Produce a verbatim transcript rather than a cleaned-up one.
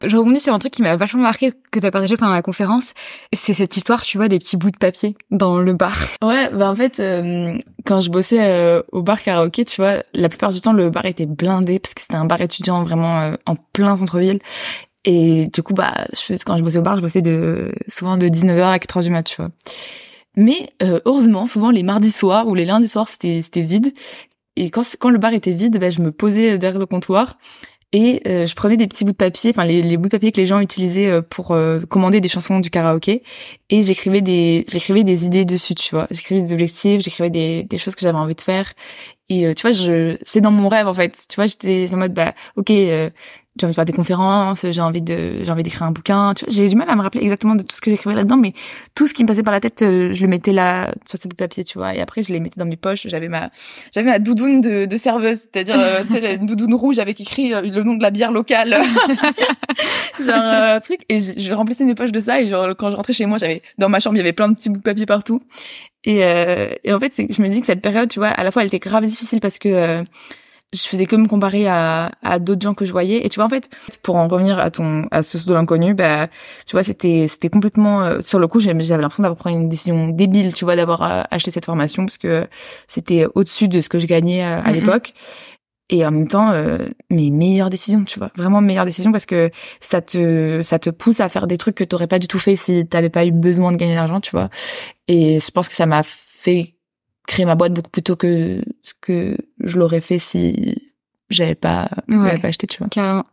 Je rebondis sur un truc qui m'a vachement marqué que tu as partagé pendant la conférence. C'est cette histoire, tu vois, des petits bouts de papier dans le bar. Ouais, bah en fait, euh, quand je bossais euh, au bar karaoké, tu vois, la plupart du temps, le bar était blindé parce que c'était un bar étudiant vraiment euh, en plein centre-ville. Et du coup, bah, je faisais, quand je bossais au bar, je bossais de souvent de dix-neuf heures à quatre heures du mat, tu vois. Mais euh, heureusement, souvent les mardis soirs ou les lundis soirs, c'était c'était vide. Et quand quand le bar était vide, bah, je me posais derrière le comptoir. Et euh, je prenais des petits bouts de papier, enfin les, les bouts de papier que les gens utilisaient euh, pour euh, commander des chansons du karaoké, et j'écrivais des j'écrivais des idées dessus, tu vois. J'écrivais des objectifs, j'écrivais des des choses que j'avais envie de faire. Et euh, tu vois, je c'est dans mon rêve en fait. Tu vois, j'étais en mode bah OK, euh, j'ai envie de faire des conférences, j'ai envie de j'ai envie d'écrire un bouquin, tu vois. J'ai du mal à me rappeler exactement de tout ce que j'écrivais là-dedans, mais tout ce qui me passait par la tête, euh, je le mettais là sur ces bouts de papier, tu vois. Et après, je les mettais dans mes poches. J'avais ma j'avais ma doudoune de, de serveuse, c'est-à-dire euh, tu sais une doudoune rouge avec écrit euh, le nom de la bière locale. Genre un euh, truc, et je, je remplissais mes poches de ça, et genre quand je rentrais chez moi, j'avais dans ma chambre, il y avait plein de petits bouts de papier partout. Et euh, et en fait, c'est je me dis que cette période, tu vois, à la fois elle était grave difficile parce que euh, je faisais que me comparer à à d'autres gens que je voyais, et tu vois, en fait, pour en revenir à ton à ce saut de l'inconnu, bah tu vois, c'était c'était complètement euh, sur le coup, j'avais j'avais l'impression d'avoir pris une décision débile, tu vois, d'avoir euh, acheté cette formation parce que c'était au-dessus de ce que je gagnais euh, à Mm-hmm. l'époque. Et en même temps, euh, mes meilleures décisions, tu vois, vraiment meilleures décisions, parce que ça te ça te pousse à faire des trucs que t'aurais pas du tout fait si t'avais pas eu besoin de gagner de l'argent, tu vois. Et je pense que ça m'a fait créer ma boîte beaucoup plus tôt que que je l'aurais fait si j'avais pas Ouais, j'avais pas acheté, tu vois. Carrément.